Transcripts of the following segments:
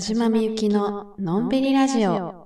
島みゆきののんびりラジオ。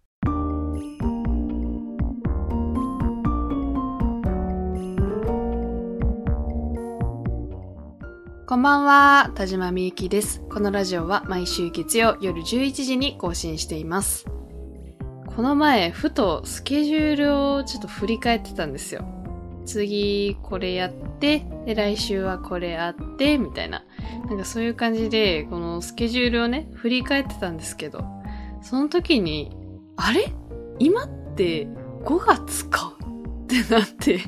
こんばんは、田島みゆきです。このラジオは毎週月曜夜11時に更新しています。この前ふとスケジュールをちょっと振り返ってたんですよ。次これやってで来週はこれあってみたいな、なんかそういう感じでこのスケジュールをね振り返ってたんですけど、その時にあれ今って5月かってなって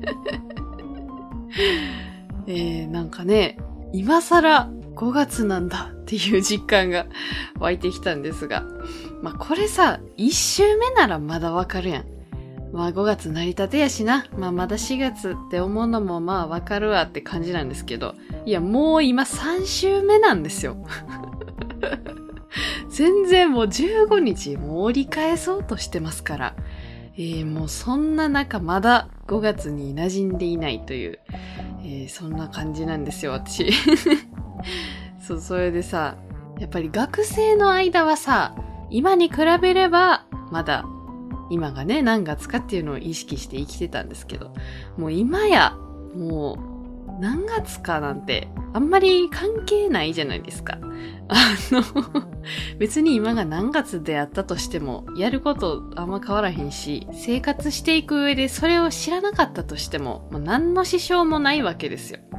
なんかね、今更5月なんだっていう実感が湧いてきたんですが、まあこれさ1週目ならまだわかるやん。まあ5月成り立てやしな、まあまだ4月って思うのもまあわかるわって感じなんですけど、いやもう今3週目なんですよ全然もう15日もう折り返そうとしてますから、もうそんな中まだ5月に馴染んでいないという、そんな感じなんですよ私そう、それでさ、やっぱり学生の間はさ、今に比べればまだ今がね何月かっていうのを意識して生きてたんですけど、もう今やもう何月かなんてあんまり関係ないじゃないですか。別に今が何月であったとしてもやることあんま変わらへんし、生活していく上でそれを知らなかったとしても、何の支障もないわけですよ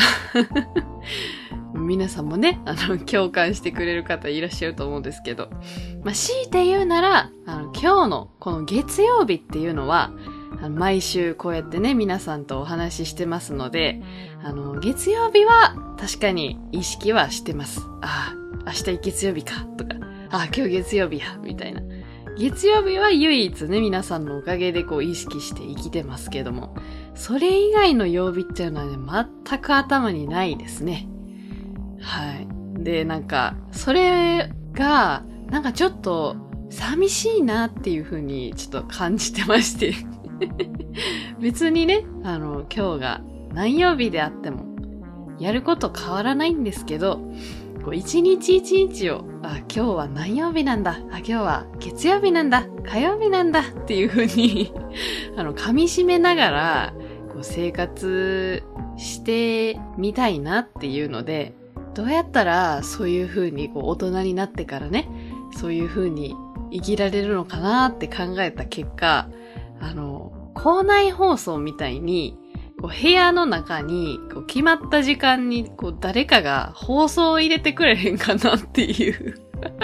皆さんもね、共感してくれる方いらっしゃると思うんですけど、強いて言うなら、今日のこの月曜日っていうのは、毎週こうやってね、皆さんとお話ししてますので、月曜日は確かに意識はしてます。ああ、明日月曜日か、とか、ああ、今日月曜日や、みたいな。月曜日は唯一ね、皆さんのおかげでこう意識して生きてますけども、それ以外の曜日っていうのはね、全く頭にないですね。はい。で、なんか、それが、なんかちょっと寂しいなっていう風にちょっと感じてまして別にね、今日が何曜日であってもやること変わらないんですけど、こう一日一日を、今日は何曜日なんだ、今日は月曜日なんだ、火曜日なんだっていう風に噛み締めながらこう生活してみたいなっていうので、どうやったらそういう風にこう大人になってからね、そういう風に生きられるのかなって考えた結果、校内放送みたいにこう部屋の中にこう決まった時間にこう誰かが放送を入れてくれへんかなっていう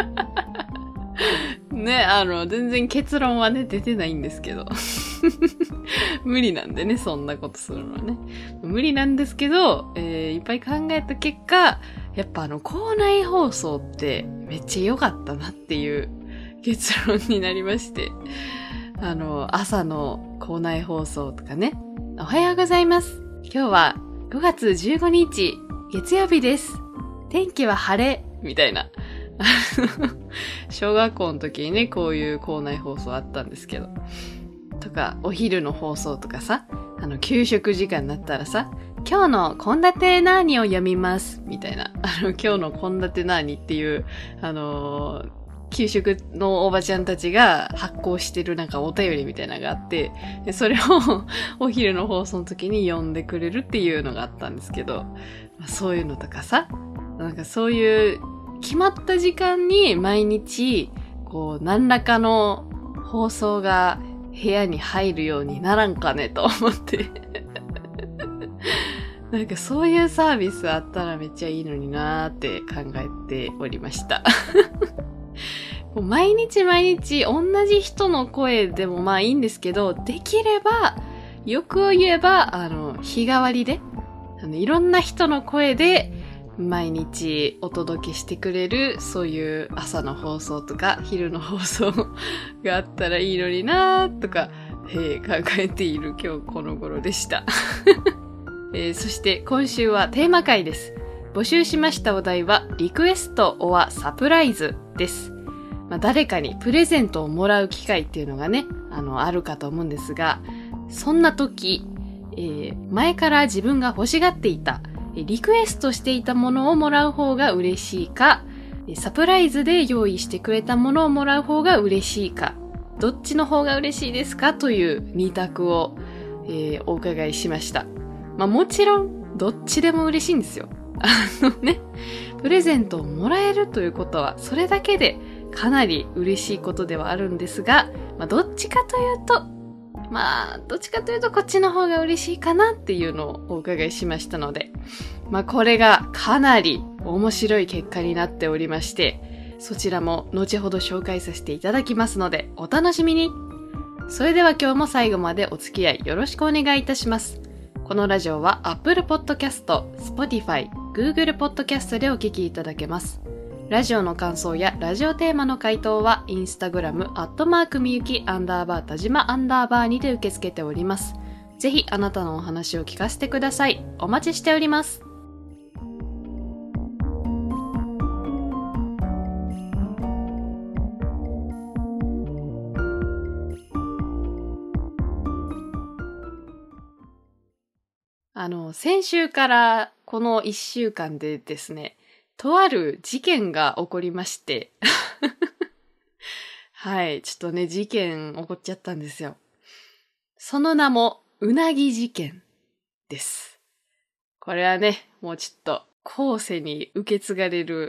ね、全然結論はね出てないんですけど無理なんでね、そんなことするのはね無理なんですけど、いっぱい考えた結果、やっぱ校内放送ってめっちゃ良かったなっていう結論になりまして、朝の校内放送とかね、おはようございます、今日は5月15日月曜日です、天気は晴れみたいな小学校の時にねこういう校内放送あったんですけど、とかお昼の放送とかさ、給食時間になったらさ、今日の献立なーにを読みますみたいな、今日の献立なーにっていう給食のおばちゃんたちが発行してるなんかお便りみたいなのがあって、でそれをお昼の放送の時に読んでくれるっていうのがあったんですけど、そういうのとかさ、なんかそういう決まった時間に毎日こう何らかの放送が部屋に入るようにならんかねと思ってなんかそういうサービスあったらめっちゃいいのになーって考えておりましたもう毎日毎日同じ人の声でもまあいいんですけど、できれば欲を言えば日替わりでいろんな人の声で毎日お届けしてくれる、そういう朝の放送とか昼の放送があったらいいのになーとか、考えている今日この頃でした、そして今週はテーマ回です。募集しましたお題はリクエスト/サプライズです。誰かにプレゼントをもらう機会っていうのがね、あるかと思うんですが、そんな時、前から自分が欲しがっていたリクエストしていたものをもらう方が嬉しいか、 サプライズで用意してくれたものをもらう方が嬉しいか、どっちの方が嬉しいですかという2択を、お伺いしました。もちろんどっちでも嬉しいんですよ。プレゼントをもらえるということはそれだけでかなり嬉しいことではあるんですが、どっちかというとこっちの方が嬉しいかなっていうのをお伺いしましたので、これがかなり面白い結果になっておりまして、そちらも後ほど紹介させていただきますのでお楽しみに。それでは今日も最後までお付き合いよろしくお願いいたします。このラジオは Apple Podcast、Spotify、Google Podcast でお聞きいただけます。ラジオの感想やラジオテーマの回答はインスタグラム@miyuki_tajima_ にて受け付けております。ぜひあなたのお話を聞かせてください。お待ちしております。先週からこの1週間でですね、とある事件が起こりまして。はい、ちょっとね、事件起こっちゃったんですよ。その名も、うなぎ事件です。これはね、もうちょっと後世に受け継がれる、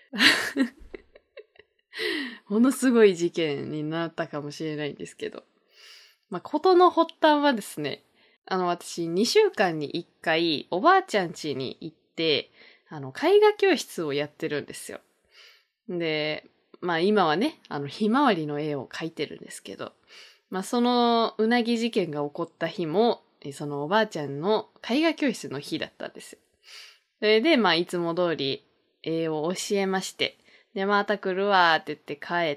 ものすごい事件になったかもしれないんですけど。事の発端はですね、私2週間に1回おばあちゃん家に行って、絵画教室をやってるんですよ。で、今はね、ひまわりの絵を描いてるんですけど、そのうなぎ事件が起こった日も、そのおばあちゃんの絵画教室の日だったんですよ。それで、いつも通り絵を教えまして、で、また来るわーって言って帰って、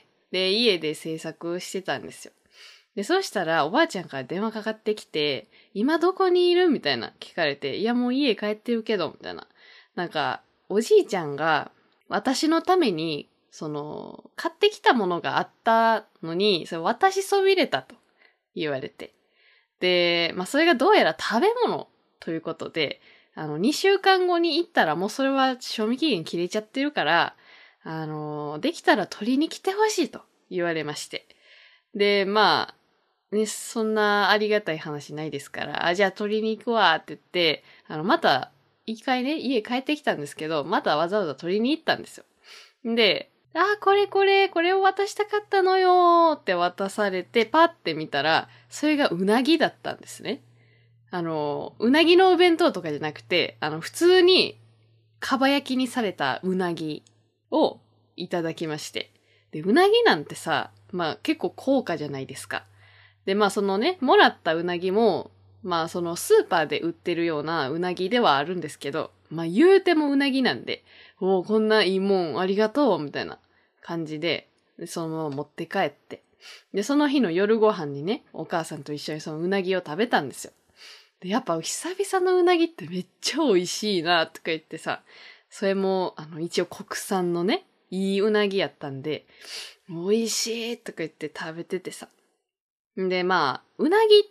で、家で制作してたんですよ。で、そうしたらおばあちゃんから電話かかってきて、今どこにいるみたいな聞かれて、いやもう家帰ってるけど、みたいな。おじいちゃんが私のために、買ってきたものがあったのに、それ渡しそびれたと言われて。で、それがどうやら食べ物ということで、2週間後に行ったらもうそれは賞味期限切れちゃってるから、できたら取りに来てほしいと言われまして。で、そんなありがたい話ないですから、じゃあ取りに行くわって言って、また、一回ね、家帰ってきたんですけど、またわざわざ取りに行ったんですよ。で、これを渡したかったのよーって渡されて、パッて見たら、それがうなぎだったんですね。うなぎのお弁当とかじゃなくて、普通に、かば焼きにされたうなぎをいただきまして。で、うなぎなんてさ、結構高価じゃないですか。で、そのね、もらったうなぎも、そのスーパーで売ってるようなうなぎではあるんですけど、言うてもうなぎなんで、こんないいもんありがとうみたいな感じで、そのまま持って帰って。で、その日の夜ご飯にね、お母さんと一緒にそのうなぎを食べたんですよ。で、やっぱ久々のうなぎってめっちゃ美味しいなとか言ってさ、それも、一応国産のね、いいうなぎやったんで、美味しいとか言って食べててさ。で、うなぎって、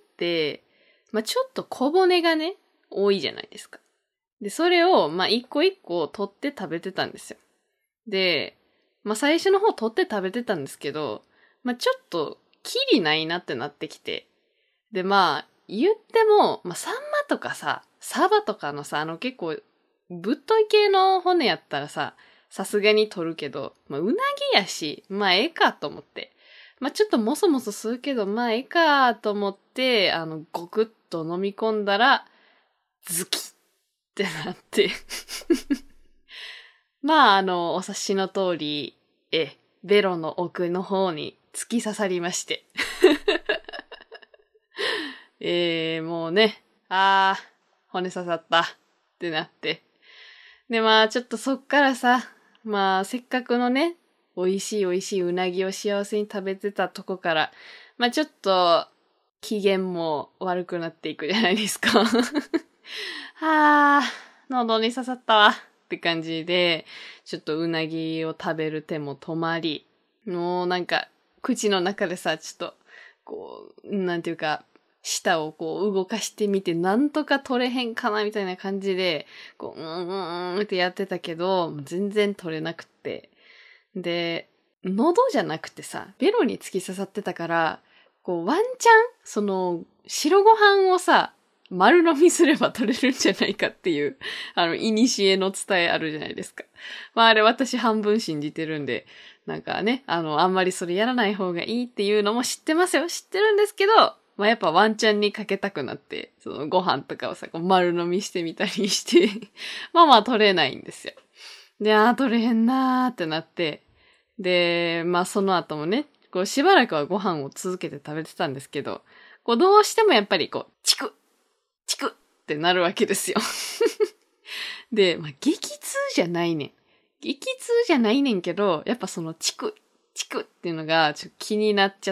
ちょっと小骨がね、多いじゃないですか。で、それを、一個一個取って食べてたんですよ。で、最初の方取って食べてたんですけど、ちょっと、キリないなってなってきて。で、言っても、サンマとかさ、サバとかのさ、結構、ぶっとい系の骨やったらさ、さすがに取るけど、うなぎやし、ええかと思って。ちょっともそもそするけど、ええかと思って、ごくっと飲み込んだら、ズキッってなって。お察しの通り、ベロの奥の方に突き刺さりまして。もうね、骨刺さったってなって。で、ちょっとそっからさ、せっかくのね、美味しいうなぎを幸せに食べてたとこから、ちょっと、機嫌も悪くなっていくじゃないですか。喉に刺さったわって感じで、ちょっとうなぎを食べる手も止まり、もう口の中でさ、ちょっと、なんていうか、 舌をこう動かしてみて、なんとか取れへんかなみたいな感じで、こう、ってやってたけど、全然取れなくって。で、喉じゃなくてさ、ベロに突き刺さってたから、こう、ワンチャン、その、白ご飯をさ、丸飲みすれば取れるんじゃないかっていう、いにしえの伝えあるじゃないですか。まああれ私半分信じてるんで、なんかね、あんまりそれやらない方がいいっていうのも知ってますよ。知ってるんですけど、まあやっぱワンチャンにかけたくなって、そのご飯とかをさ、こう丸飲みしてみたりしてまあ取れないんですよ。で、取れへんなーってなって、で、まあその後もね、こうしばらくはご飯を続けて食べてたんですけど、こうどうしてもやっぱりこう、チクってなるわけですよ。で、まあ激痛じゃないねん。激痛じゃないねんけど、やっぱそのチクっていうのがちょっと気になっちゃって、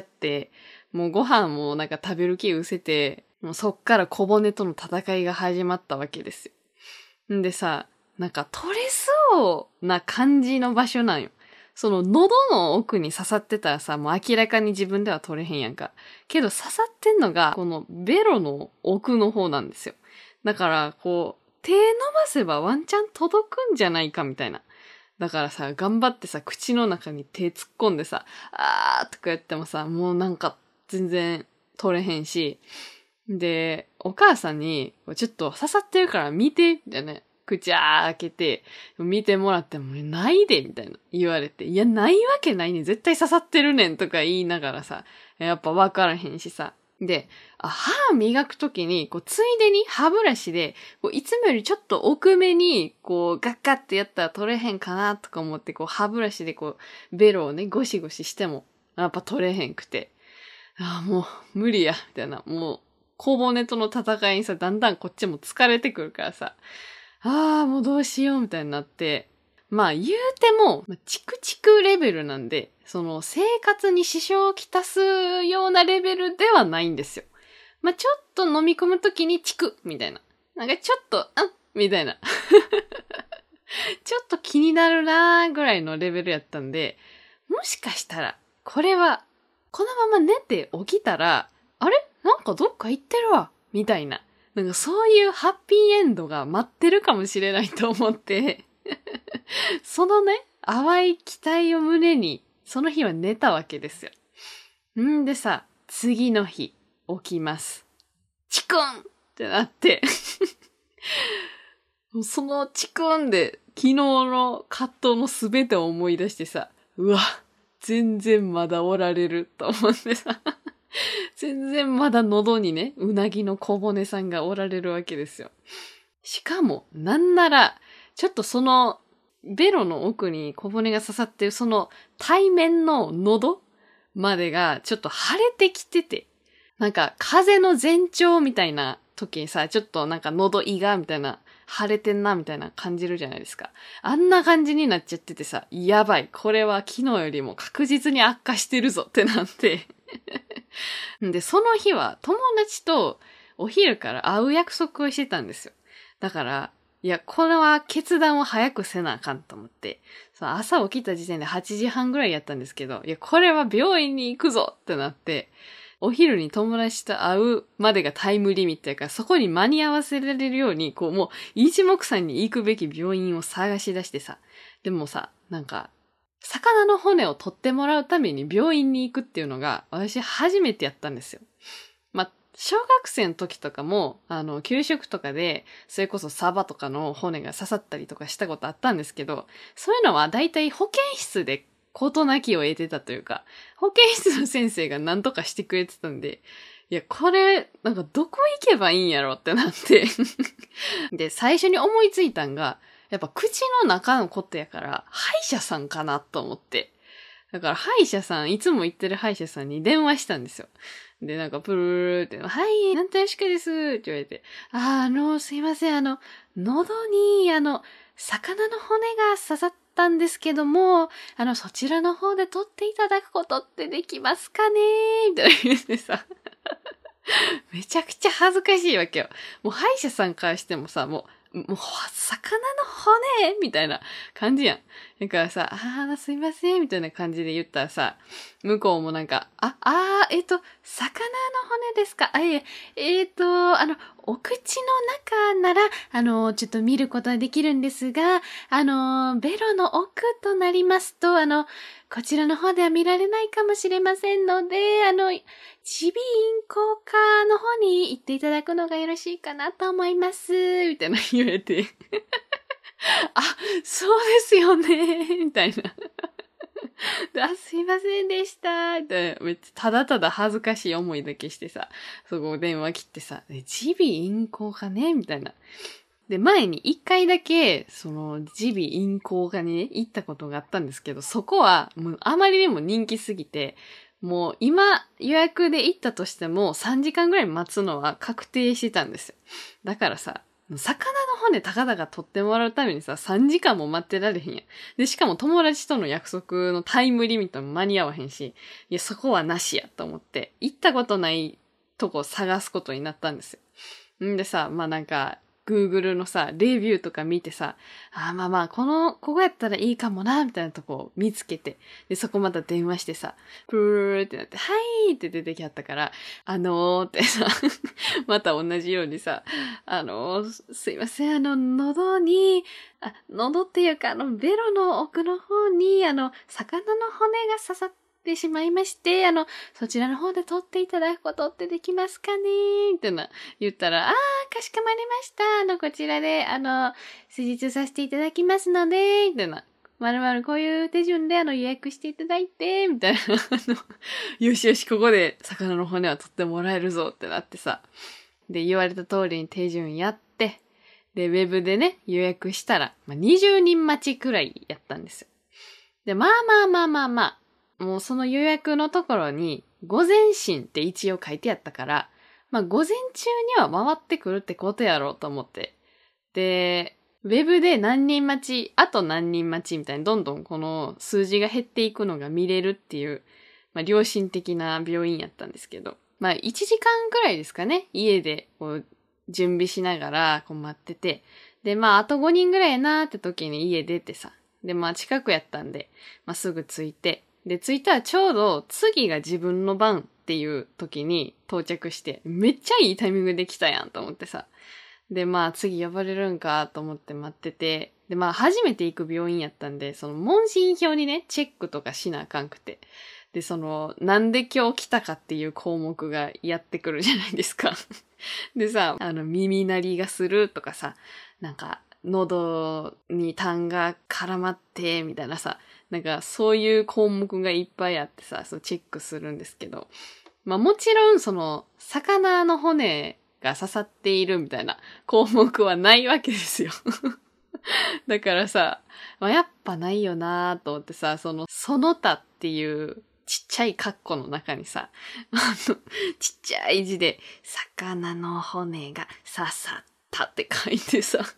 もうご飯もなんか食べる気失せて、もうそっから小骨との戦いが始まったわけですよ。んでさ、なんか取れそうな感じの場所なんよ。その喉の奥に刺さってたらさ、もう明らかに自分では取れへんやんか。けど刺さってんのが、このベロの奥の方なんですよ。だから、こう、手伸ばせばワンチャン届くんじゃないかみたいな。だからさ、頑張ってさ、口の中に手突っ込んでさ、とかやってもさ、もうなんか全然取れへんし。で、お母さんに、ちょっと刺さってるから見て、みたいな。口開けて、見てもらっても、ないで、みたいな言われて、いや、ないわけないねん。絶対刺さってるねんとか言いながらさ、やっぱわからへんしさ。で、歯磨くときに、こう、ついでに歯ブラシで、こういつもよりちょっと奥目に、こう、ガッガッってやったら取れへんかなとか思って、こう、歯ブラシでこう、ベロをね、ゴシゴシしても、やっぱ取れへんくて。もう、無理や、みたいな。もう、小骨との戦いにさ、だんだんこっちも疲れてくるからさ、もうどうしよう、みたいになって、まあ言うても、チクチクレベルなんで、その生活に支障をきたすようなレベルではないんですよ。まあちょっと飲み込むときにチクみたいな。なんかちょっと、みたいな。ちょっと気になるなーぐらいのレベルやったんで、もしかしたら、これは、このまま寝て起きたら、あれなんかどっか行ってるわみたいな。なんかそういうハッピーエンドが待ってるかもしれないと思ってそのね、淡い期待を胸に、その日は寝たわけですよ。んでさ、次の日、起きます。チクンってなってそのチクンで、昨日の葛藤のすべてを思い出してさ、うわ、全然まだおられると思ってさ全然まだ喉にね、うなぎの小骨さんがおられるわけですよ。しかも、なんなら、ちょっとその、ベロの奥に小骨が刺さってるその対面の喉までがちょっと腫れてきてて、なんか風邪の前兆みたいな時にさ、ちょっとなんか喉胃がみたいな、腫れてんなみたいな感じるじゃないですか。あんな感じになっちゃっててさ、やばい、これは昨日よりも確実に悪化してるぞってなってで、その日は友達とお昼から会う約束をしてたんですよ。だから、いや、これは決断を早くせなあかんと思って、朝起きた時点で8時半ぐらいやったんですけど、いや、これは病院に行くぞってなって、お昼に友達と会うまでがタイムリミットやから、そこに間に合わせられるように、こうもう一目散に行くべき病院を探し出してさ、でもさ、なんか、魚の骨を取ってもらうために病院に行くっていうのが、私初めてやったんですよ。小学生の時とかも、給食とかで、それこそサバとかの骨が刺さったりとかしたことあったんですけど、そういうのはだいたい保健室で事なきを得てたというか、保健室の先生が何とかしてくれてたんで、いや、これ、なんかどこ行けばいいんやろってなってで、最初に思いついたんが、やっぱ口の中のことやから、歯医者さんかなと思って。だから歯医者さん、いつも行ってる歯医者さんに電話したんですよ。で、なんかプルルルって、はい、なんとよしかですって言われて、すいません、喉に、魚の骨が刺さったんですけども、そちらの方で取っていただくことってできますかねみたいな言ってさ、めちゃくちゃ恥ずかしいわけよ。もう歯医者さんからしてもさ、もう魚の骨みたいな感じやん。 だからさ、すいません、みたいな感じで言ったらさ、向こうもなんか、魚の骨ですか？お口の中なら、ちょっと見ることができるんですが、ベロの奥となりますと、こちらの方では見られないかもしれませんので、耳鼻咽喉科の方に行っていただくのがよろしいかなと思います、みたいな言われて。そうですよね、みたいな。すいませんでした、みたいな。めっちゃただただ恥ずかしい思いだけしてさ、そこ電話切ってさ、耳鼻咽喉科ね、みたいな。で、前に一回だけ、耳鼻咽喉科にね、行ったことがあったんですけど、そこは、もうあまりにも人気すぎて、もう今予約で行ったとしても3時間ぐらい待つのは確定してたんですよ。だからさ、魚の骨たかだか取ってもらうためにさ、3時間も待ってられへんやん。で、しかも友達との約束のタイムリミットも間に合わへんし、いや、そこはなしやと思って、行ったことないとこ探すことになったんですよ。んでさ、なんか、Google のさ、レビューとか見てさ、ここやったらいいかもな、みたいなとこを見つけて、で、そこまた電話してさ、プーってなって、はいって出てきはったから、ってさ、また同じようにさ、すいません、喉っていうか、ベロの奥の方に、魚の骨が刺さってしまいまして、そちらの方で取っていただくことってできますかねって言ったら、かしこまりました。こちらで、施術させていただきますので、みたいな。まるまるこういう手順で予約していただいて、みたいな。よしよし、ここで魚の骨は取ってもらえるぞってなってさ。で、言われた通りに手順やって、で、ウェブでね、予約したら、20人待ちくらいやったんですよ。で、もうその予約のところに、午前診って一応書いてあったから、午前中には回ってくるってことやろうと思って。で、ウェブで何人待ち、あと何人待ちみたいにどんどんこの数字が減っていくのが見れるっていう、良心的な病院やったんですけど、1時間くらいですかね、家でこう準備しながらこう待ってて、で、あと5人ぐらいやなーって時に家出てさ、で、近くやったんで、すぐ着いて、で、着いたらちょうど次が自分の番っていう時に到着して、めっちゃいいタイミングで来たやんと思ってさ。で、次呼ばれるんかと思って待ってて、で、初めて行く病院やったんで、その問診票にね、チェックとかしなあかんくて。で、なんで今日来たかっていう項目がやってくるじゃないですか。でさ、耳鳴りがするとかさ、なんか、喉に痰が絡まって、みたいなさ、なんかそういう項目がいっぱいあってさ、チェックするんですけど、もちろん魚の骨が刺さっているみたいな項目はないわけですよ。だからさ、やっぱないよなーと思ってさ、その他っていうちっちゃいカッコの中にさ、ちっちゃい字で、魚の骨が刺さったって書いてさ、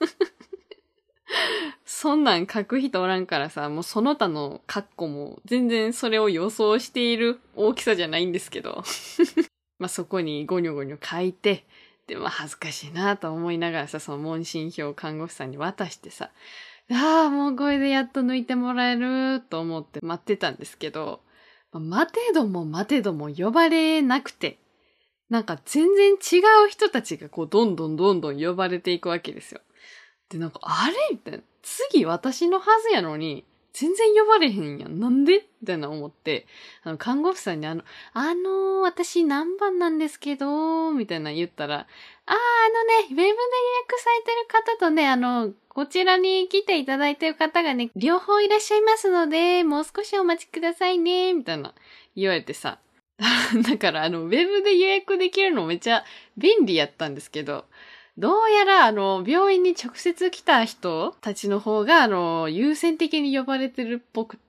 そんなん書く人おらんからさ、もうその他のカッコも全然それを予想している大きさじゃないんですけど、そこにゴニョゴニョ書いて、で、恥ずかしいなと思いながらさ、その問診票を看護師さんに渡してさ、もうこれでやっと抜いてもらえると思って待ってたんですけど、待てども呼ばれなくて、なんか全然違う人たちがこうどんどん呼ばれていくわけですよ。で、なんかあれみたいな。次私のはずやのに、全然呼ばれへんやん。なんでみたいな思って、看護婦さんに私何番なんですけど、みたいな言ったら、ウェブで予約されてる方とね、こちらに来ていただいてる方がね、両方いらっしゃいますので、もう少しお待ちくださいね、みたいな言われてさ。だから、ウェブで予約できるのめっちゃ便利やったんですけど、どうやら、病院に直接来た人たちの方が、優先的に呼ばれてるっぽくって。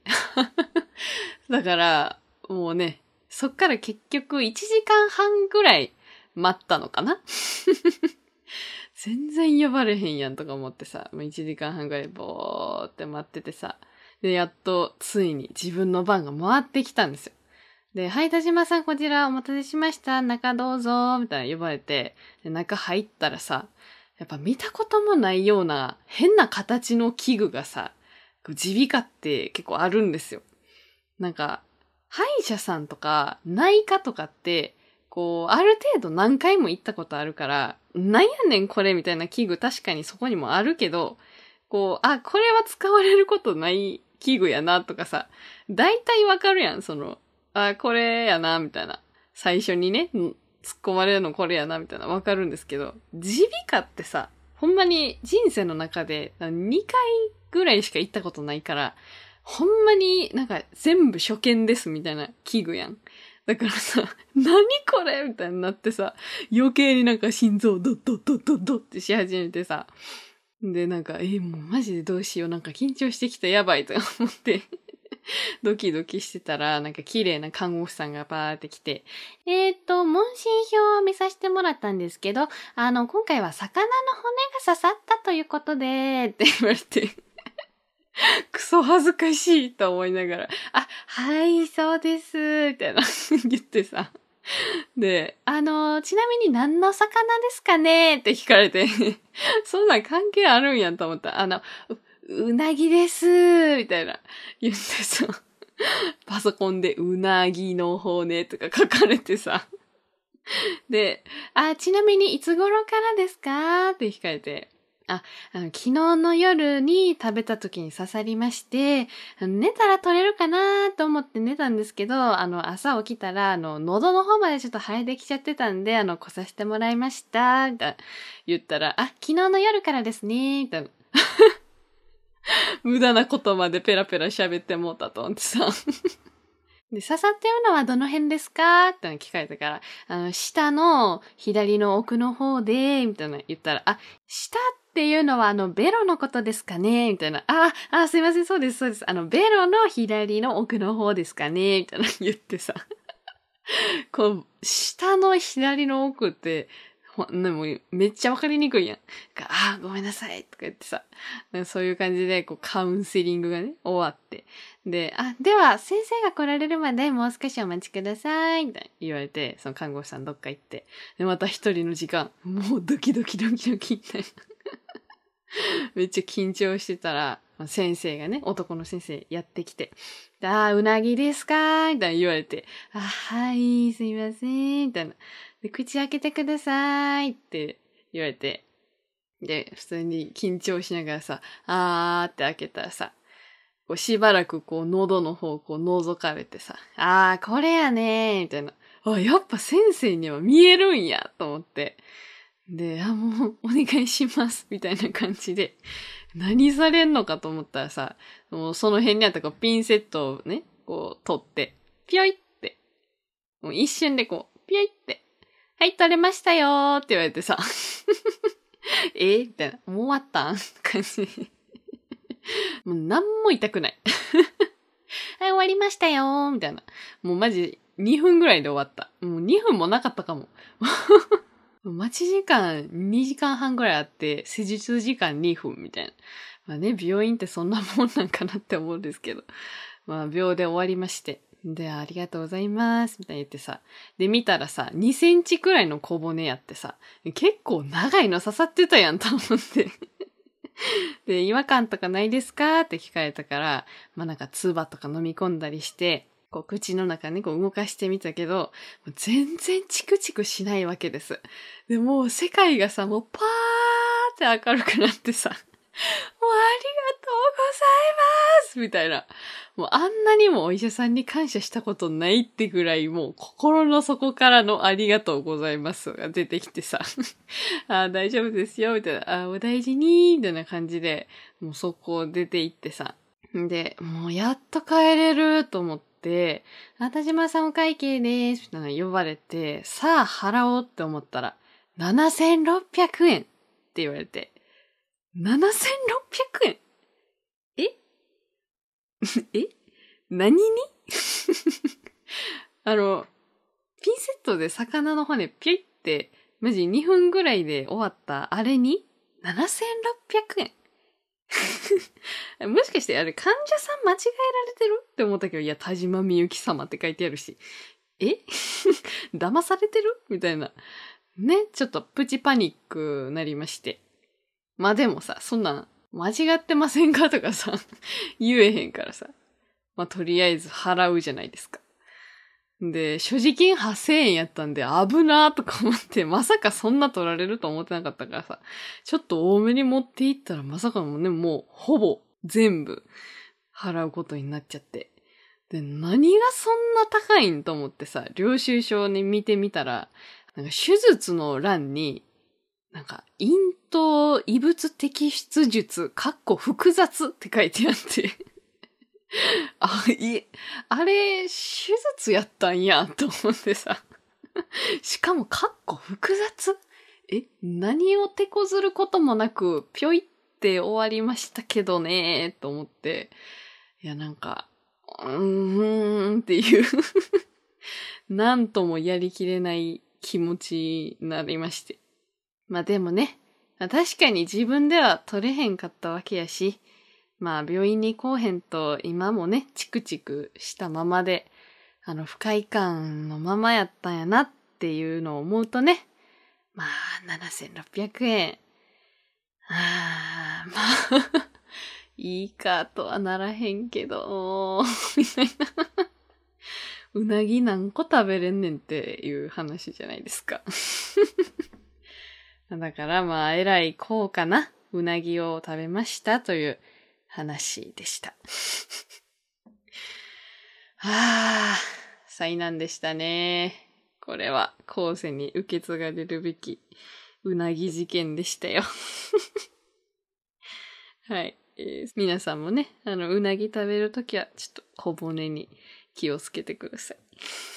だから、もうね、そっから結局1時間半ぐらい待ったのかな全然呼ばれへんやんとか思ってさ、もう1時間半ぐらいぼーって待っててさ、で、やっとついに自分の番が回ってきたんですよ。で、はい、田島さんこちらお待たせしました。中どうぞ、みたいな呼ばれて、で、中入ったらさ、やっぱ見たこともないような変な形の器具がさ、 耳鼻科って結構あるんですよ。なんか、歯医者さんとか内科とかって、こう、ある程度何回も行ったことあるから、なんやねんこれみたいな器具確かにそこにもあるけど、こう、あ、これは使われることない器具やなとかさ、大体わかるやん、あ、これやな、みたいな。最初にね、突っ込まれるのこれやな、みたいなわかるんですけど、耳鼻科ってさ、ほんまに人生の中で2回ぐらいしか行ったことないから、ほんまになんか全部初見ですみたいな器具やん。だからさ、何これみたいになってさ、余計になんか心臓ドッドッドッドッドッってし始めてさ、でなんか、もうマジでどうしよう、なんか緊張してきたやばいとか思って、ドキドキしてたら、なんか綺麗な看護婦さんがバーって来て、問診票を見させてもらったんですけど、今回は魚の骨が刺さったということで、って言われて、クソ恥ずかしいと思いながら、あ、はい、そうです、みたいな言ってさ。で、ちなみに何の魚ですかねって聞かれて、そんなん関係あるんやと思った。うなぎです、みたいな言ってさ、パソコンでうなぎの骨とか書かれてさ。で、ちなみにいつ頃からですかって聞かれて、昨日の夜に食べた時に刺さりまして、寝たら取れるかなと思って寝たんですけど、朝起きたら、喉の方までちょっと生えてきちゃってたんで、来させてもらいました、みたいな言ったら、昨日の夜からですね、みたいな。無駄なことまでペラペラ喋ってもうたと思ってさ。で、刺さってるのはどの辺ですかって聞かれたから、下の左の奥の方で、みたいな言ったら、下っていうのはベロのことですかねみたいな。すいません、そうです、そうです。ベロの左の奥の方ですかねみたいな言ってさ。こう、下の左の奥って、でもめっちゃわかりにくいやん。ごめんなさいとか言ってさ。そういう感じで、こう、カウンセリングがね、終わって。で、では、先生が来られるまでもう少しお待ちください、みたいな言われて、その看護師さんどっか行って。で、また一人の時間、もうドキドキドキドキみたいな。めっちゃ緊張してたら、先生がね、男の先生やってきて、うなぎですかみたいな言われて、はい、すいません、みたいな。で、口開けてくださいって言われて、で、普通に緊張しながらさ、って開けたらさ、こうしばらくこう喉の方こう覗かれてさ、これやねみたいな。やっぱ先生には見えるんやと思って。で、もうお願いしますみたいな感じで、何されんのかと思ったらさ、もうその辺にあったこうピンセットをね、こう取って、ピヨイって、もう一瞬でこう、ピヨイって、はい、取れましたよーって言われてさ、みたいな、もう終わったん感じ。もう何も痛くない。はい、終わりましたよーみたいな。もうマジ2分ぐらいで終わった。もう2分もなかったかも。待ち時間2時間半ぐらいあって、施術時間2分みたいな。まあね、病院ってそんなもんなんかなって思うんですけど。まあ、秒で終わりまして。で、ありがとうございます、みたいに言ってさ。で、見たらさ、2センチくらいの小骨やってさ、結構長いの刺さってたやんと思って。で、違和感とかないですかって聞かれたから、まあなんか唾とか飲み込んだりして、こう口の中ね、こう動かしてみたけど、全然チクチクしないわけです。で、もう世界がさ、もうパーって明るくなってさ、もうありがとうございますみたいな。もうあんなにもお医者さんに感謝したことないってぐらいもう心の底からのありがとうございますが出てきてさ、大丈夫ですよみたいな、お大事にみたいな感じで、もうそこ出て行ってさ、で、もうやっと帰れると思って、田島さんお会計です、みたいな呼ばれて、さあ払おうって思ったら、7600円って言われて、7600円何にピンセットで魚の骨ピュイって、マジ2分ぐらいで終わったあれに 7600 円もしかしてあれ患者さん間違えられてるって思ったけど、いや、田島みゆき様って書いてあるし。騙されてるみたいな。ね、ちょっとプチパニックなりまして。まあでもさ、そんなん間違ってませんかとかさ、言えへんからさ。まあ、とりあえず払うじゃないですか。で、所持金8000円やったんで危なーとか思って、まさかそんな取られると思ってなかったからさ、ちょっと多めに持っていったらまさかのね、もうほぼ全部払うことになっちゃって。で、何がそんな高いんと思ってさ、領収書をね、見てみたら、なんか手術の欄に、なんか、咽頭異物摘出術、複雑って書いてあって。あれ、手術やったんや、と思ってさ。しかも、複雑何を手こずることもなく、ぴょいって終わりましたけどね、と思って。いや、なんか、っていうなんともやりきれない気持ちになりまして。まあでもね、確かに自分では取れへんかったわけやし、まあ病院に来おへんと今もね、チクチクしたままで、不快感のままやったんやなっていうのを思うとね、まあ7600円。まあ、いいかとはならへんけど、みたいな。うなぎ何個食べれんねんっていう話じゃないですか。だからまあ、えらい高価なうなぎを食べましたという話でした。災難でしたね。これは後世に受け継がれるべきうなぎ事件でしたよ。はい。皆さんもね、うなぎ食べるときはちょっと小骨に気をつけてください。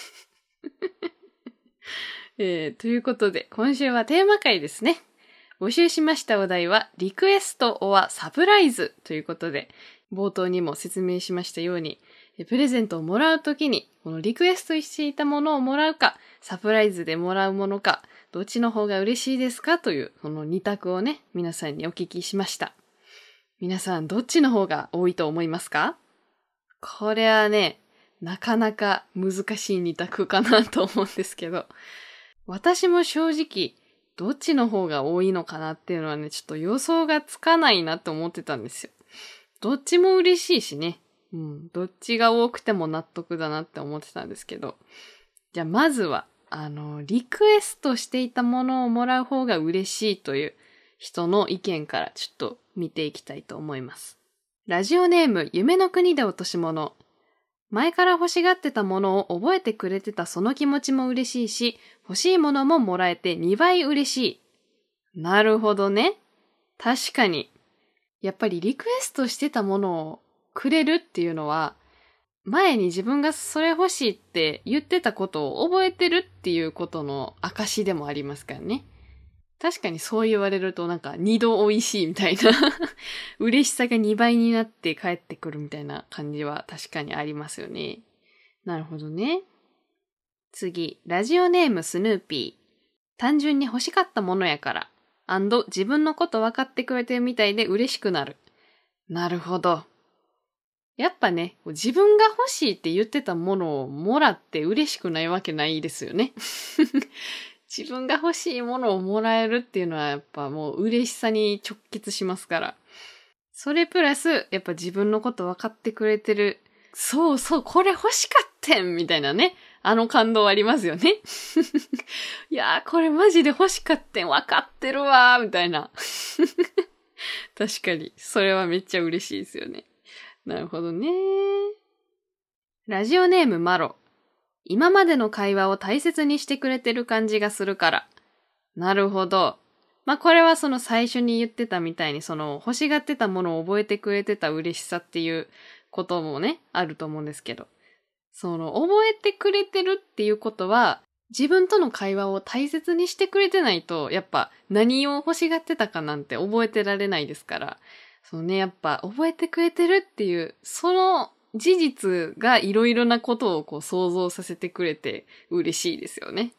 ということで、今週はテーマ回ですね。募集しましたお題は、リクエスト or サプライズということで、冒頭にも説明しましたように、プレゼントをもらうときに、このリクエストしていたものをもらうか、サプライズでもらうものか、どっちの方が嬉しいですかという、この2択をね、皆さんにお聞きしました。皆さん、どっちの方が多いと思いますか？これはね、なかなか難しい2択かなと思うんですけど、私も正直、どっちの方が多いのかなっていうのはね、ちょっと予想がつかないなと思ってたんですよ。どっちも嬉しいしね。どっちが多くても納得だなって思ってたんですけど。じゃあまずは、リクエストしていたものをもらう方が嬉しいという人の意見からちょっと見ていきたいと思います。ラジオネーム、夢の国で落とし物。前から欲しがってたものを覚えてくれてたその気持ちも嬉しいし、欲しいものももらえて2倍嬉しい。なるほどね。確かに。やっぱりリクエストしてたものをくれるっていうのは、前に自分がそれ欲しいって言ってたことを覚えてるっていうことの証でもありますからね。確かにそう言われるとなんか2度美味しいみたいな嬉しさが2倍になって帰ってくるみたいな感じは確かにありますよね。なるほどね。次、ラジオネームスヌーピー。単純に欲しかったものやから。自分のこと分かってくれてるみたいで嬉しくなる。なるほど。やっぱね、自分が欲しいって言ってたものをもらって嬉しくないわけないですよね。自分が欲しいものをもらえるっていうのはやっぱもう嬉しさに直結しますから。それプラス、やっぱ自分のこと分かってくれてる。そうそう、これ欲しかったんみたいなね。感動ありますよね。いやー、これマジで欲しかったん分かってるわーみたいな。確かに、それはめっちゃ嬉しいですよね。なるほどね。ラジオネームマロ。今までの会話を大切にしてくれてる感じがするから。なるほど。まあ、これはその最初に言ってたみたいに欲しがってたものを覚えてくれてた嬉しさっていうこともね、あると思うんですけど。覚えてくれてるっていうことは、自分との会話を大切にしてくれてないと、やっぱ何を欲しがってたかなんて覚えてられないですから。やっぱ覚えてくれてるっていう、その事実がいろいろなことを想像させてくれて嬉しいですよね。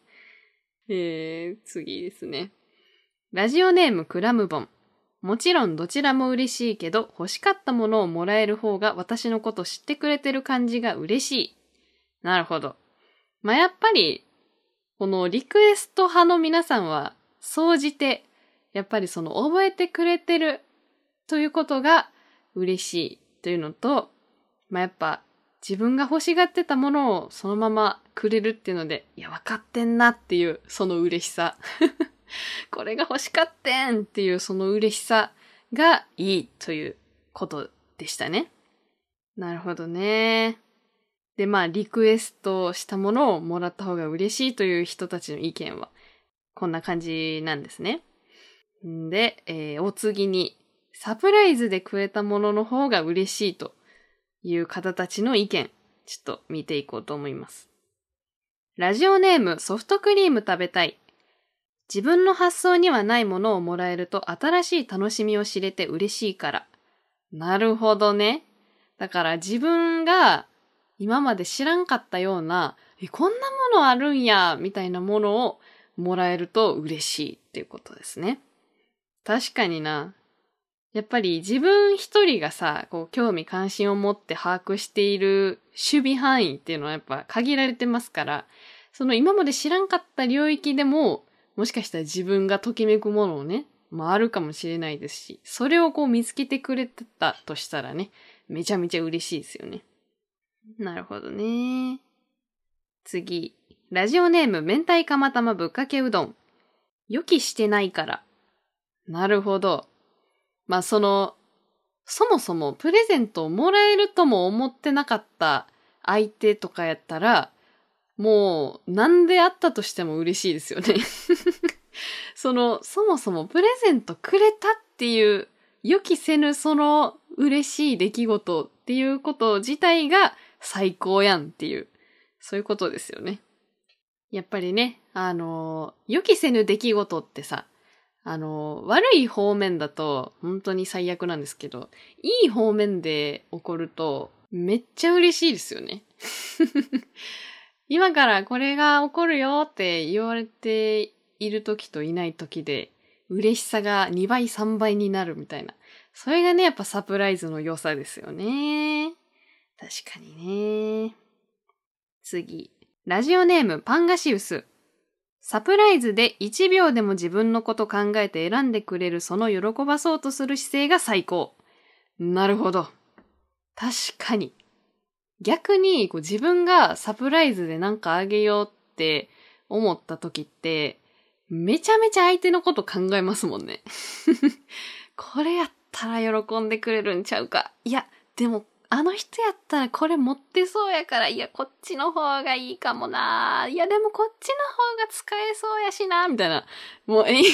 次ですね。ラジオネームクラムボン。もちろんどちらも嬉しいけど、欲しかったものをもらえる方が私のこと知ってくれてる感じが嬉しい。なるほど。まあ、やっぱり、このリクエスト派の皆さんは、総じて、やっぱり覚えてくれてるということが嬉しいというのと、やっぱ自分が欲しがってたものをそのままくれるっていうので、いや、分かってんなっていうその嬉しさ。これが欲しかってんっていうその嬉しさがいいということでしたね。なるほどね。で、リクエストしたものをもらった方が嬉しいという人たちの意見はこんな感じなんですね。で、お次にサプライズでくれたものの方が嬉しいという方たちの意見、ちょっと見ていこうと思います。ラジオネームソフトクリーム食べたい。自分の発想にはないものをもらえると新しい楽しみを知れて嬉しいから。なるほどね。だから自分が今まで知らんかったような、こんなものあるんや、みたいなものをもらえると嬉しいっていうことですね。確かにな。やっぱり自分一人がさ、興味関心を持って把握している守備範囲っていうのはやっぱ限られてますから、その今まで知らんかった領域でも、もしかしたら自分がときめくものをね、あるかもしれないですし、それを見つけてくれてたとしたらね、めちゃめちゃ嬉しいですよね。なるほどね。次。ラジオネーム明太釜玉ぶっかけうどん。予期してないから。なるほど。そもそもプレゼントをもらえるとも思ってなかった相手とかやったら、もうなんであったとしても嬉しいですよね。そもそもプレゼントくれたっていう予期せぬその嬉しい出来事っていうこと自体が最高やんっていう、そういうことですよね。やっぱりね、予期せぬ出来事ってさ、悪い方面だと本当に最悪なんですけど、いい方面で起こるとめっちゃ嬉しいですよね。今からこれが起こるよって言われている時といない時で嬉しさが2倍3倍になるみたいな。それがね、やっぱサプライズの良さですよね。確かにね。次。ラジオネームパンガシウス。サプライズで1秒でも自分のこと考えて選んでくれるその喜ばそうとする姿勢が最高。なるほど。確かに。逆に自分がサプライズでなんかあげようって思った時って、めちゃめちゃ相手のこと考えますもんね。これやったら喜んでくれるんちゃうか。いや、でもあの人やったらこれ持ってそうやから、いや、こっちの方がいいかもな。いや、でもこっちの方が使えそうやしな、みたいな。もう永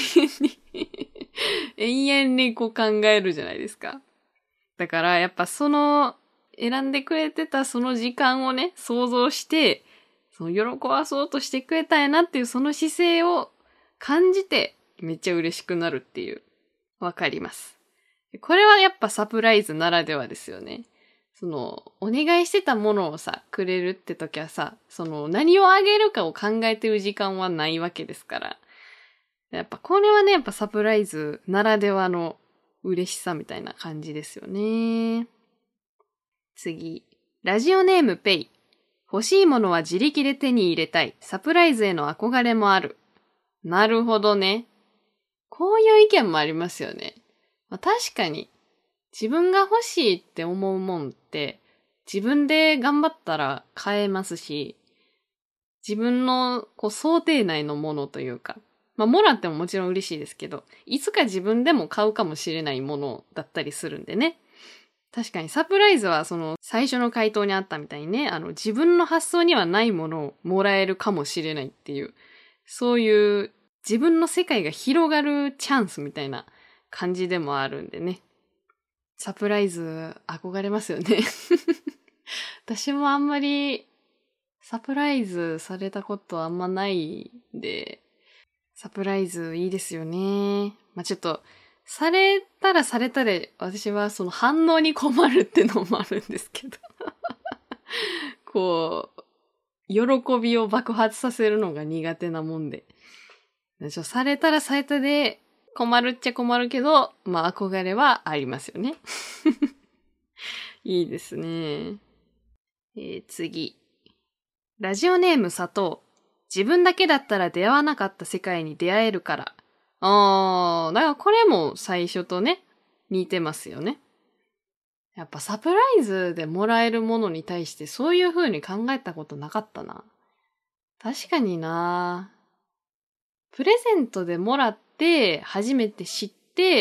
遠に考えるじゃないですか。だからやっぱ選んでくれてたその時間をね、想像して、喜ばそうとしてくれたんやなっていうその姿勢を感じてめっちゃ嬉しくなるっていう。わかります。これはやっぱサプライズならではですよね。お願いしてたものをさ、くれるって時はさ、何をあげるかを考えてる時間はないわけですから。やっぱこれはね、やっぱサプライズならではの嬉しさみたいな感じですよね。次。ラジオネームペイ。欲しいものは自力で手に入れたい。サプライズへの憧れもある。なるほどね。こういう意見もありますよね。確かに。自分が欲しいって思うもんって自分で頑張ったら買えますし、自分の想定内のものというか、もらってももちろん嬉しいですけど、いつか自分でも買うかもしれないものだったりするんでね。確かにサプライズは最初の回答にあったみたいにね、自分の発想にはないものをもらえるかもしれないっていう、そういう自分の世界が広がるチャンスみたいな感じでもあるんでね。サプライズ憧れますよね。私もあんまりサプライズされたことあんまないんで、サプライズいいですよね。ちょっと、されたらされたで、私は反応に困るってのもあるんですけど。喜びを爆発させるのが苦手なもんで。されたらされたで、困るっちゃ困るけど、憧れはありますよね。いいですね。次。ラジオネーム佐藤。自分だけだったら出会わなかった世界に出会えるから。だからこれも最初とね、 似てますよね。やっぱサプライズでもらえるものに対してそういう風に考えたことなかったな。確かにな。プレゼントでもらって初めて知って、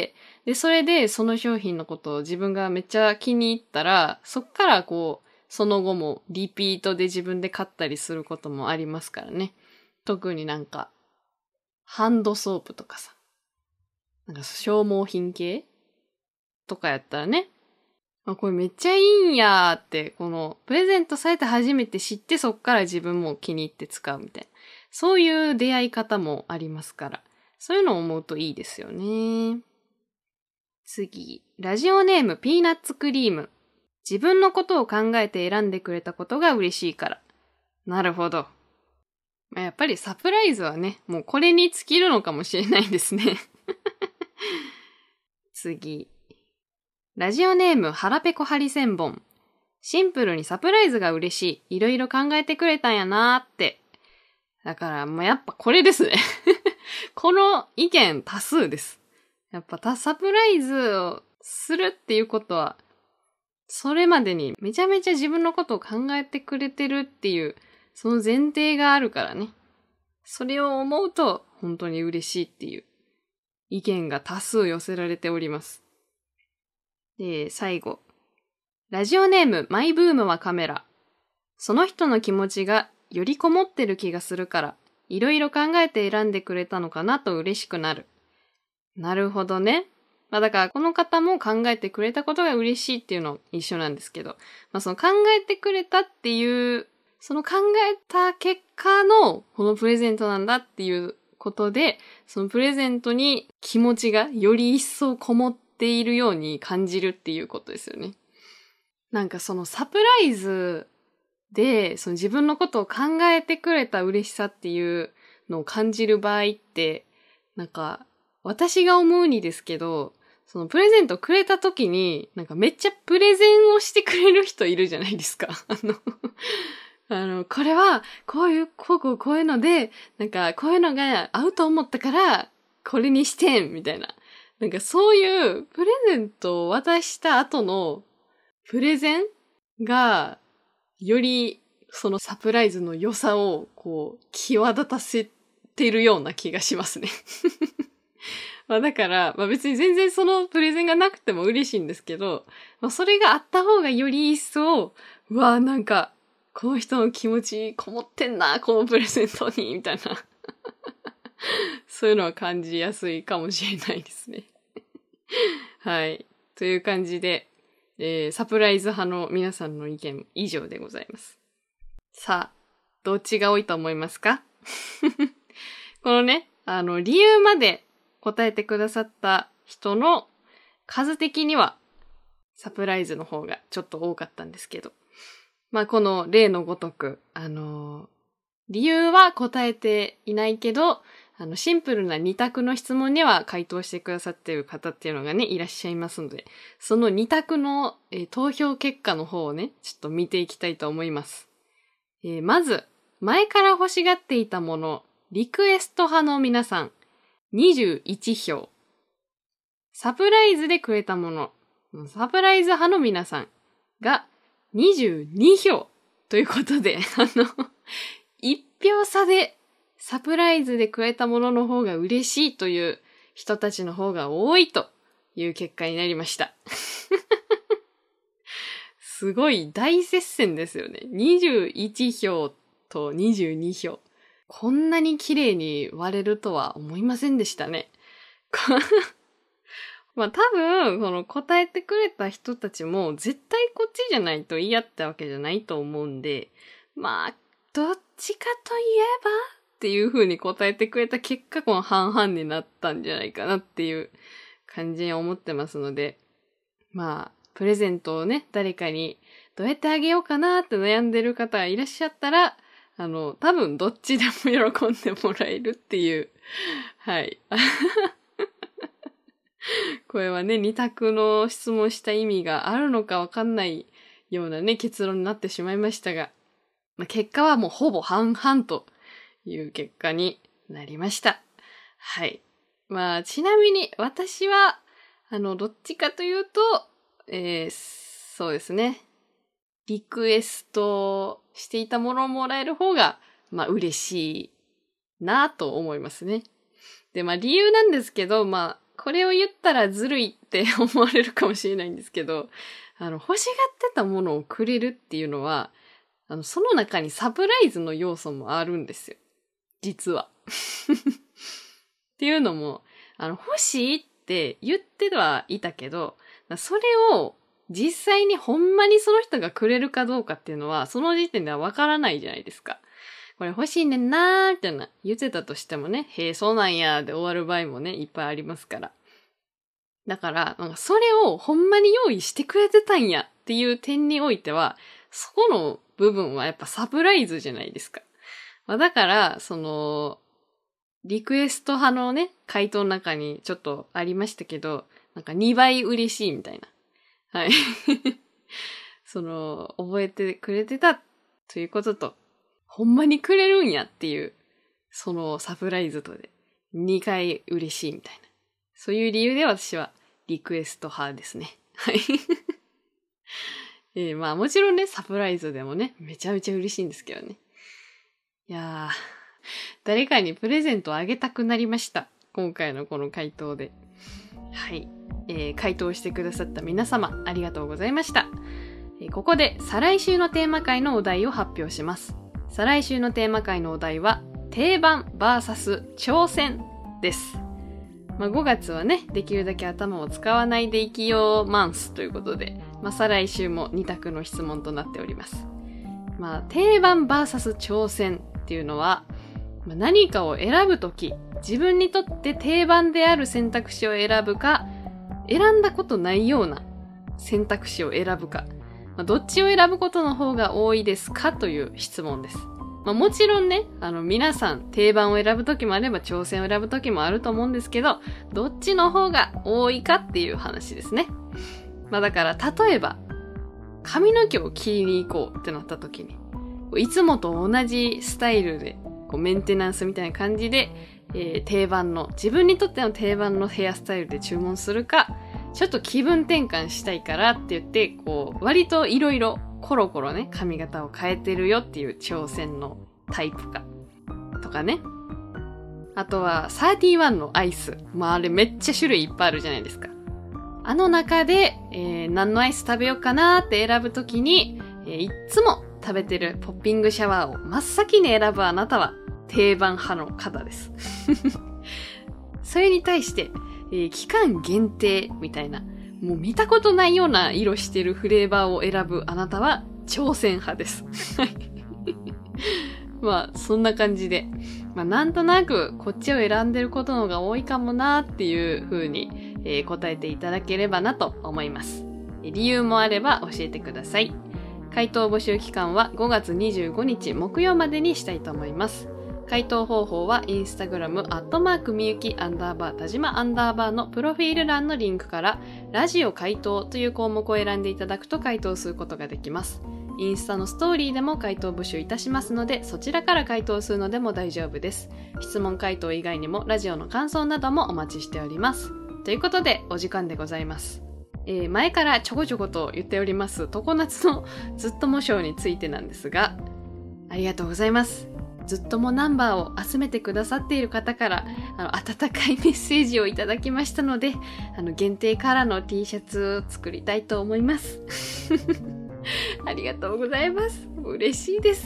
で、それでその商品のことを自分がめっちゃ気に入ったら、そっからその後もリピートで自分で買ったりすることもありますからね。特にハンドソープとかさ。消耗品系とかやったらね。これめっちゃいいんやーって、プレゼントされて初めて知って、そっから自分も気に入って使うみたいな。そういう出会い方もありますから。そういうのを思うといいですよね。次。ラジオネームピーナッツクリーム。自分のことを考えて選んでくれたことが嬉しいから。なるほど。やっぱりサプライズはね、もうこれに尽きるのかもしれないですね。次。ラジオネームハラペコハリセンボン。シンプルにサプライズが嬉しい。いろいろ考えてくれたんやなーって。だからもうやっぱこれですね。この意見多数です。やっぱサプライズをするっていうことは、それまでにめちゃめちゃ自分のことを考えてくれてるっていう、その前提があるからね。それを思うと本当に嬉しいっていう意見が多数寄せられております。で、最後。ラジオネームマイブームはカメラ。その人の気持ちがよりこもってる気がするから、いろいろ考えて選んでくれたのかなと嬉しくなる。なるほどね。だからこの方も考えてくれたことが嬉しいっていうの一緒なんですけど、その考えてくれたっていう、その考えた結果のこのプレゼントなんだっていうことで、そのプレゼントに気持ちがより一層こもっているように感じるっていうことですよね。そのサプライズで、その自分のことを考えてくれた嬉しさっていうのを感じる場合って、私が思うにですけど、そのプレゼントくれた時に、めっちゃプレゼンをしてくれる人いるじゃないですか。これは、こういうので、こういうのが合うと思ったから、これにしてんみたいな。そういうプレゼントを渡した後のプレゼンが、よりそのサプライズの良さを際立たせてるような気がしますね。だから、別に全然そのプレゼンがなくても嬉しいんですけど、それがあった方がより一層、この人の気持ちこもってんな、このプレゼントに、みたいな。そういうのは感じやすいかもしれないですね。はい。という感じで、サプライズ派の皆さんの意見以上でございます。さあ、どっちが多いと思いますか？このね、理由まで答えてくださった人の数的にはサプライズの方がちょっと多かったんですけど、この例のごとく、理由は答えていないけど、シンプルな二択の質問には回答してくださっている方っていうのがね、いらっしゃいますので、その二択の、投票結果の方をね、ちょっと見ていきたいと思います。まず、前から欲しがっていたもの、リクエスト派の皆さん、21票。サプライズでくれたもの、サプライズ派の皆さんが22票。ということで、1票差でサプライズでくれたものの方が嬉しいという人たちの方が多いという結果になりました。すごい大接戦ですよね。21票と22票。こんなに綺麗に割れるとは思いませんでしたね。多分、この答えてくれた人たちも絶対こっちじゃないと言い合ったわけじゃないと思うんで、どっちかといえばっていう風に答えてくれた結果、この半々になったんじゃないかなっていう感じに思ってますので、プレゼントをね、誰かにどうやってあげようかなって悩んでる方がいらっしゃったら、多分どっちでも喜んでもらえるっていう、はい。これはね、二択の質問した意味があるのかわかんないようなね、結論になってしまいましたが、結果はもうほぼ半々という結果になりました。はい。ちなみに私は、 どっちかというと、そうですね。リクエストしていたものをもらえる方が、嬉しいなと思いますね。で、理由なんですけど、これを言ったらずるいって思われるかもしれないんですけど、欲しがってたものをくれるっていうのは、その中にサプライズの要素もあるんですよ。実は。っていうのも、欲しいって言ってはいたけど、それを実際にほんまにその人がくれるかどうかっていうのは、その時点ではわからないじゃないですか。これ欲しいねんなーみたいな言ってたとしてもね、へえ、そうなんやーで終わる場合もね、いっぱいありますから。だから、それをほんまに用意してくれてたんやっていう点においては、そこの部分はやっぱサプライズじゃないですか。だから、リクエスト派のね、回答の中にちょっとありましたけど、2倍嬉しいみたいな。はい。覚えてくれてたということと、ほんまにくれるんやっていう、サプライズとで2回嬉しいみたいな。そういう理由で私はリクエスト派ですね。はい。もちろんね、サプライズでもね、めちゃめちゃ嬉しいんですけどね。いやー、誰かにプレゼントをあげたくなりました。今回のこの回答で。はい。回答してくださった皆様、ありがとうございました。ここで再来週のテーマ回のお題を発表します。再来週のテーマ回のお題は、定番 vs 挑戦です。5月はね、できるだけ頭を使わないで生きようマンスということで、再来週も2択の質問となっております。定番 vs 挑戦っていうのは、何かを選ぶとき、自分にとって定番である選択肢を選ぶか、選んだことないような選択肢を選ぶか、どっちを選ぶことの方が多いですかという質問です。もちろんね、皆さん定番を選ぶときもあれば挑戦を選ぶときもあると思うんですけど、どっちの方が多いかっていう話ですね。だから、例えば、髪の毛を切りに行こうってなったときに、いつもと同じスタイルで、メンテナンスみたいな感じで、自分にとっての定番のヘアスタイルで注文するか、ちょっと気分転換したいからって言って、割といろいろコロコロね、髪型を変えてるよっていう挑戦のタイプか。とかね。あとは、31のアイス。あれめっちゃ種類いっぱいあるじゃないですか。あの中で、何のアイス食べようかなって選ぶときに、いっつも食べてるポッピングシャワーを真っ先に選ぶあなたは定番派の方です。それに対して、期間限定みたいな、もう見たことないような色してるフレーバーを選ぶあなたは挑戦派です。そんな感じで、なんとなくこっちを選んでることの方が多いかもなっていう風に、答えていただければなと思います。理由もあれば教えてください。回答募集期間は5月25日木曜までにしたいと思います。回答方法はインスタグラムみゆき_田島_のプロフィール欄のリンクからラジオ回答という項目を選んでいただくと回答することができます。インスタのストーリーでも回答募集いたしますので、そちらから回答するのでも大丈夫です。質問回答以外にもラジオの感想などもお待ちしております。ということでお時間でございます。前からちょこちょこと言っております常夏のずっとも賞についてなんですが、ありがとうございます。ずっともナンバーを集めてくださっている方から温かいメッセージをいただきましたので、限定カラーの T シャツを作りたいと思います。ありがとうございます。嬉しいです。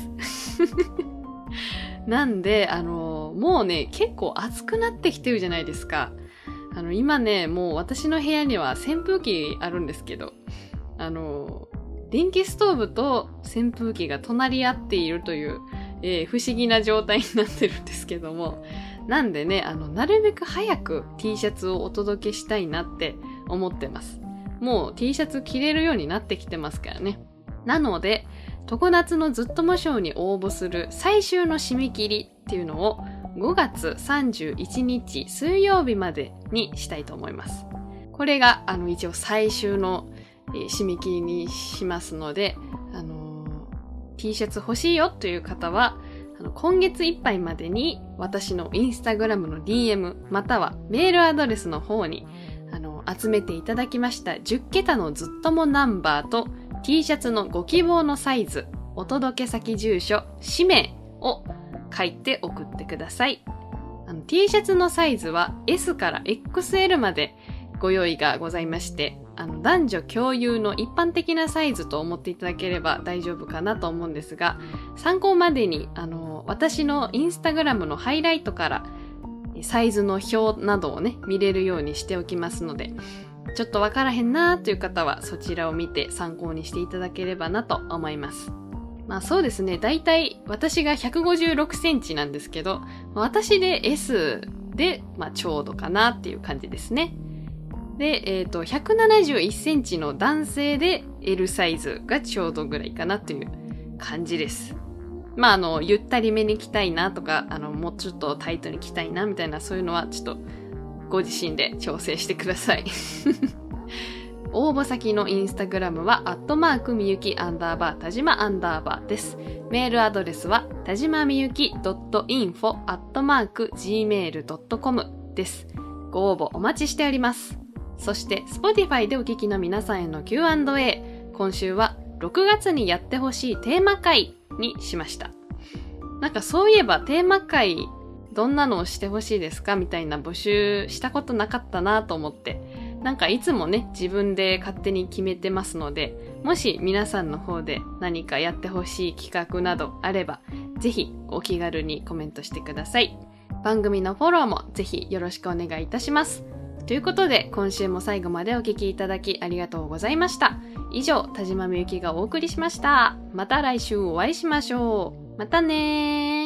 なんで、もうね、結構暑くなってきてるじゃないですか。今ね、もう私の部屋には扇風機あるんですけど、電気ストーブと扇風機が隣り合っているという、不思議な状態になってるんですけども、なんでね、なるべく早く T シャツをお届けしたいなって思ってます。もう T シャツ着れるようになってきてますからね。なので、常夏のずっとも賞に応募する最終の締め切りっていうのを5月31日水曜日までにしたいと思います。これが一応最終の、締め切りにしますので、T シャツ欲しいよという方は今月いっぱいまでに私のインスタグラムの DM またはメールアドレスの方に集めていただきました10桁のずっともナンバーと T シャツのご希望のサイズ、お届け先住所、氏名を書いて送ってください。T シャツのサイズは S から XL までご用意がございまして、男女共有の一般的なサイズと思っていただければ大丈夫かなと思うんですが、参考までに私のインスタグラムのハイライトからサイズの表などをね見れるようにしておきますので、ちょっとわからへんなーという方はそちらを見て参考にしていただければなと思います。まあそうですね、だいたい私が156センチなんですけど、私で S で、ちょうどかなっていう感じですね。で、171センチの男性で L サイズがちょうどぐらいかなという感じです。ゆったりめに着たいなとか、もうちょっとタイトに着たいなみたいな、そういうのはちょっとご自身で調整してください。応募先のインスタグラムはみゆき_田島_です。メールアドレスはたじまみゆき.info@gmail.com です。ご応募お待ちしております。そして Spotify でお聞きの皆さんへの Q&A、 今週は6月にやってほしいテーマ回にしました。なんかそういえばテーマ回どんなのをしてほしいですかみたいな募集したことなかったなと思って、なんかいつもね自分で勝手に決めてますので、もし皆さんの方で何かやってほしい企画などあれば、ぜひお気軽にコメントしてください。番組のフォローもぜひよろしくお願いいたします。ということで今週も最後までお聞きいただきありがとうございました。以上、田島みゆきがお送りしました。また来週お会いしましょう。またねー。